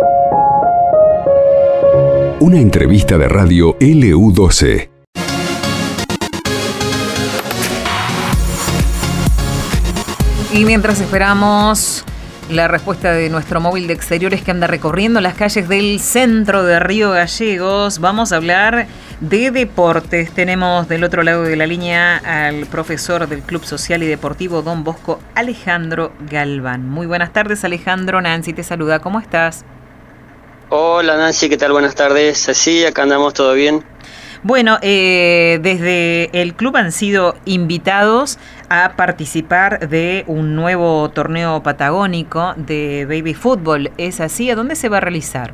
Una entrevista de radio LU12. Y mientras esperamos la respuesta de nuestro móvil de exteriores que anda recorriendo las calles del centro de Río Gallegos, vamos a hablar de deportes. Tenemos del otro lado de la línea al profesor del Club Social y Deportivo Don Bosco, Alejandro Galván. Muy buenas tardes, Alejandro. Nancy te saluda. ¿Cómo estás? Hola Nancy, ¿qué tal? Buenas tardes. Sí, acá andamos, ¿todo bien? Bueno, desde el club han sido invitados a participar de un nuevo torneo patagónico de baby fútbol. ¿Es así? ¿A dónde se va a realizar?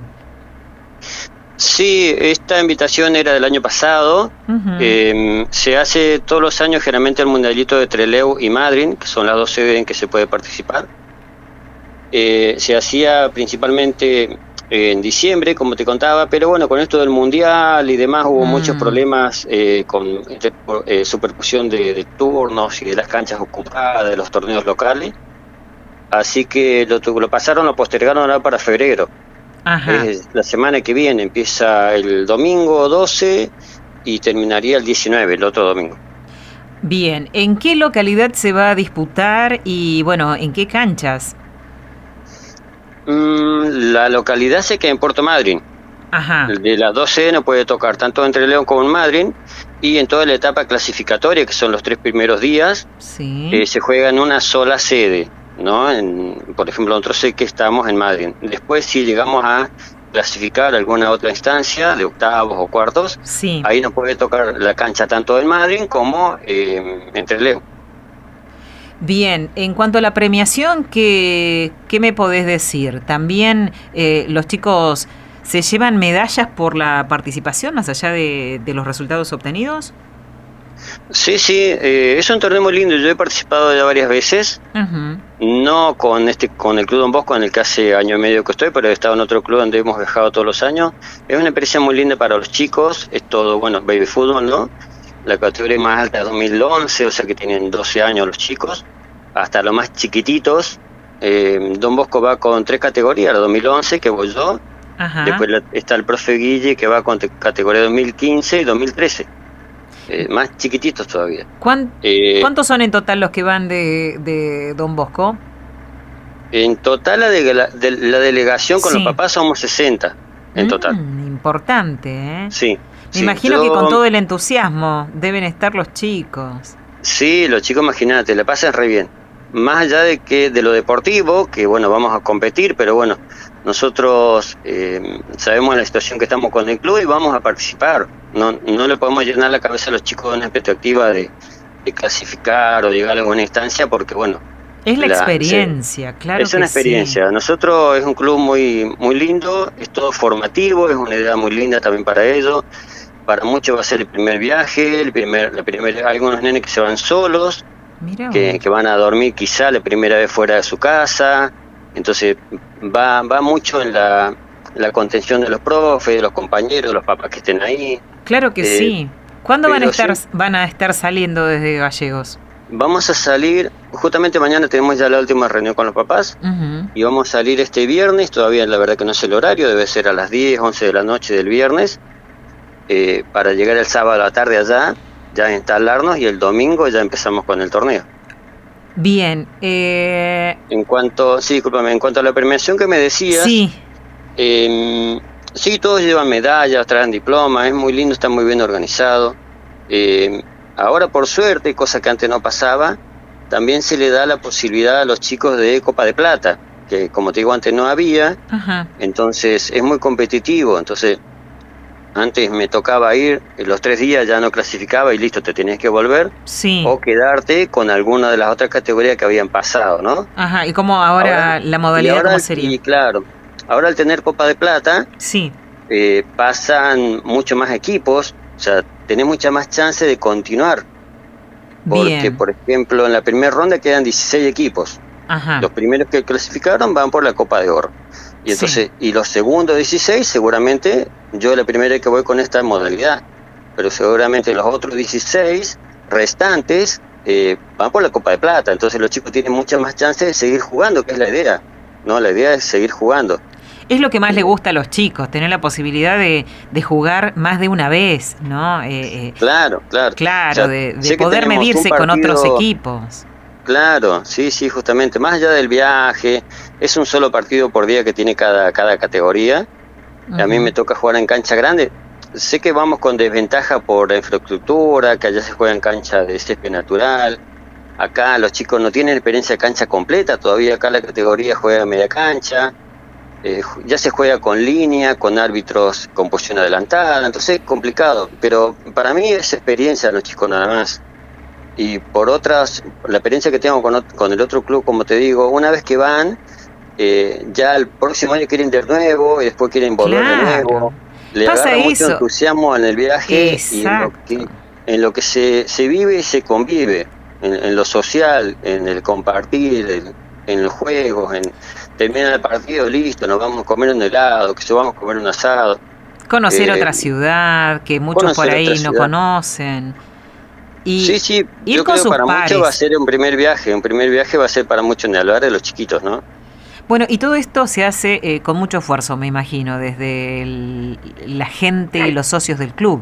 Sí, esta invitación era del año pasado. Se hace todos los años generalmente el Mundialito de Trelew y Madryn, que son las dos sedes en que se puede participar. Se hacía principalmente en diciembre, como te contaba, pero bueno, con esto del mundial y demás hubo muchos problemas con superposición de turnos y de las canchas ocupadas, de los torneos locales, así que lo pasaron, lo postergaron ahora para febrero. Ajá. Es la semana que viene, empieza el domingo 12 y terminaría el 19, el otro domingo. Bien, ¿en qué localidad se va a disputar y bueno, en qué canchas? La localidad se queda en Puerto Madryn. Ajá. De las 12 no puede tocar tanto en Trelew como en Madryn, y en toda la etapa clasificatoria, que son los 3 primeros días, sí. se juega en una sola sede, ¿no? Por ejemplo, nosotros sé que estamos en Madryn. Después, si llegamos a clasificar alguna otra instancia de octavos o cuartos, sí, ahí no puede tocar la cancha tanto en Madryn como en Trelew. Bien, en cuanto a la premiación, ¿qué me podés decir? ¿También los chicos se llevan medallas por la participación, más allá de los resultados obtenidos? Sí, es un torneo muy lindo. Yo he participado ya varias veces, no con el Club Don Bosco, en el que hace año y medio que estoy, pero he estado en otro club donde hemos viajado todos los años. Es una experiencia muy linda para los chicos, es todo, bueno, baby fútbol, ¿no? La categoría más alta es 2011, o sea que tienen 12 años los chicos, hasta los más chiquititos. Don Bosco va con 3 categorías, la 2011, que voy yo. Ajá. Después está el profe Guille, que va con categoría 2015 y 2013. Más chiquititos todavía. ¿Cuántos son en total los que van de Don Bosco? En total la delegación con los papás somos 60 en total. Importante, ¿eh? Sí. Me imagino que con todo el entusiasmo deben estar los chicos. Sí, los chicos, imagínate, la pasan re bien. Más allá de lo deportivo, que bueno, vamos a competir, pero bueno, nosotros sabemos la situación que estamos con el club y vamos a participar. No le podemos llenar la cabeza a los chicos de una perspectiva de clasificar o llegar a alguna instancia, porque bueno, es la experiencia, claro. Es una experiencia. Sí. Nosotros es un club muy muy lindo, es todo formativo, es una idea muy linda también para ellos. Para muchos va a ser el primer viaje, algunos nenes que se van solos, que van a dormir quizá la primera vez fuera de su casa. Entonces va mucho en la contención de los profes, de los compañeros, de los papás que estén ahí. Claro que sí. ¿Cuándo van a estar saliendo desde Gallegos? Vamos a salir, justamente mañana tenemos ya la última reunión con los papás, y vamos a salir este viernes. Todavía la verdad que no sé el horario, debe ser a las 10, 11 de la noche del viernes, para llegar el sábado a la tarde allá, ya instalarnos, y el domingo ya empezamos con el torneo. Bien. En cuanto a la premiación que me decías, sí, todos llevan medallas, traen diplomas, es muy lindo, está muy bien organizado. Ahora, por suerte, cosa que antes no pasaba, también se le da la posibilidad a los chicos de Copa de Plata, que como te digo antes no había. Ajá. Entonces es muy competitivo. Entonces antes me tocaba ir, los 3 días ya no clasificaba y listo, te tenías que volver, sí, o quedarte con alguna de las otras categorías que habían pasado, ¿no? Ajá. ¿Y cómo ahora la modalidad cómo sería? Y claro, ahora al tener Copa de Plata, sí, pasan mucho más equipos, o sea, tenés mucha más chance de continuar. Porque, bien, por ejemplo, en la primera ronda quedan 16 equipos. Ajá. Los primeros que clasificaron van por la Copa de Oro. Y entonces, sí, y los segundos 16, seguramente, yo la primera vez que voy con esta modalidad, pero seguramente los otros 16 restantes van por la Copa de Plata. Entonces los chicos tienen muchas más chances de seguir jugando, que es la idea, ¿no? La idea es seguir jugando. Es lo que más le gusta a los chicos, tener la posibilidad de jugar más de una vez, ¿no? Claro. Claro, O sea, de poder medirse con otros equipos. Claro, sí, justamente. Más allá del viaje, es un solo partido por día que tiene cada categoría. Uh-huh. A mí me toca jugar en cancha grande. Sé que vamos con desventaja por la infraestructura, que allá se juega en cancha de césped natural. Acá los chicos no tienen experiencia de cancha completa, todavía acá la categoría juega media cancha. Ya se juega con línea, con árbitros con posición adelantada, entonces es complicado. Pero para mí es experiencia de los chicos nada más. Y por otras, la experiencia que tengo con el otro club, como te digo, una vez que van, ya el próximo año quieren de nuevo y después quieren volver de nuevo. Le agarra mucho entusiasmo en el viaje. Exacto. Y en lo que se vive y se convive, en lo social, en el compartir, en los juegos, en terminar el partido, listo, nos vamos a comer un helado, que se vamos a comer un asado. Conocer otra ciudad, que muchos por ahí no conocen. Y sí, yo creo que para muchos va a ser un primer viaje va a ser para muchos, ni hablar de los chiquitos, ¿no? Bueno, y todo esto se hace con mucho esfuerzo, me imagino, desde la gente y los socios del club.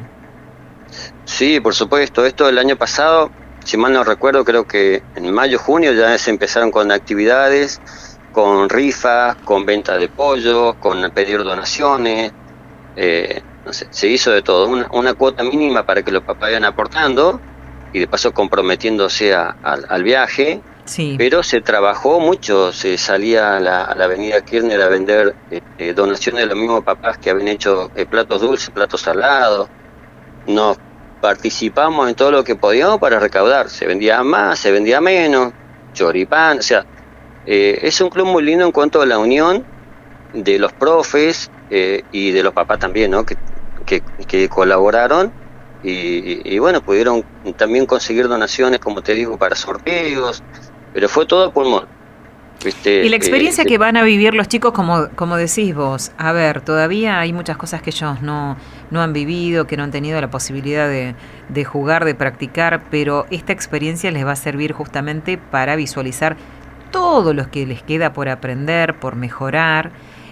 Sí, por supuesto. Esto el año pasado, si mal no recuerdo, creo que en mayo, junio ya se empezaron con actividades, con rifas, con venta de pollo, con pedir donaciones. No sé, se hizo de todo. Una cuota mínima para que los papás vayan aportando y de paso comprometiéndose al viaje. Sí. Pero se trabajó mucho, se salía a la avenida Kirchner a vender donaciones de los mismos papás que habían hecho platos dulces, platos salados. Nos participamos en todo lo que podíamos para recaudar, se vendía más, se vendía menos, choripán, o sea, es un club muy lindo en cuanto a la unión de los profes y de los papás también, ¿no? que colaboraron y bueno, pudieron también conseguir donaciones, como te digo, para sorteos, pero fue todo a pulmón. Y la experiencia que van a vivir los chicos, como decís vos, a ver, todavía hay muchas cosas que ellos no han vivido, que no han tenido la posibilidad de jugar, de practicar, pero esta experiencia les va a servir justamente para visualizar todo lo que les queda por aprender, por mejorar,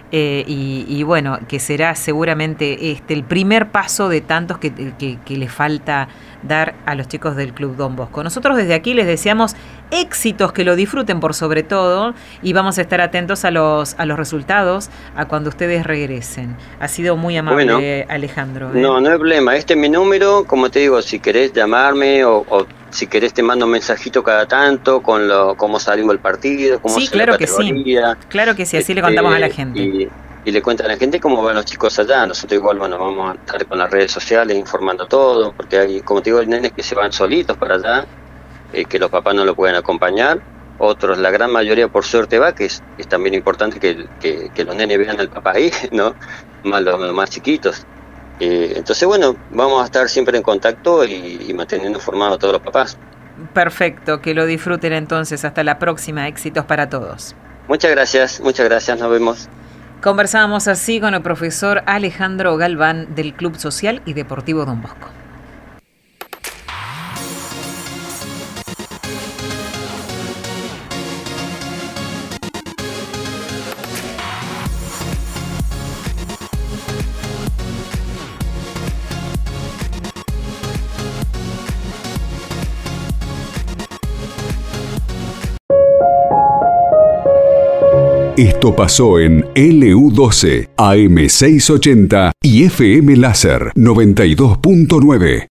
y bueno, que será seguramente el primer paso de tantos que les falta dar a los chicos del Club Don Bosco. Nosotros desde aquí les deseamos éxitos, que lo disfruten por sobre todo, y vamos a estar atentos a los resultados a cuando ustedes regresen. Ha sido muy amable, bueno, Alejandro. No hay problema. Este es mi número, como te digo, si querés llamarme o si querés te mando un mensajito cada tanto con cómo salimos el partido, cómo sí, claro que sí. Claro que sí, así le contamos a la gente. Y le cuentan a la gente cómo van los chicos allá. Nosotros igual, bueno, vamos a estar con las redes sociales informando todo, porque hay, como te digo, hay nenes que se van solitos para allá, que los papás no lo pueden acompañar. Otros, la gran mayoría por suerte va, que es también importante que los nenes vean al papá ahí, ¿no? Más los más chiquitos. Entonces, bueno, vamos a estar siempre en contacto y manteniendo informados a todos los papás. Perfecto, que lo disfruten entonces. Hasta la próxima. Éxitos para todos. Muchas gracias, nos vemos. Conversábamos así con el profesor Alejandro Galván del Club Social y Deportivo Don Bosco. Esto pasó en LU12, AM680 y FM Láser 92.9.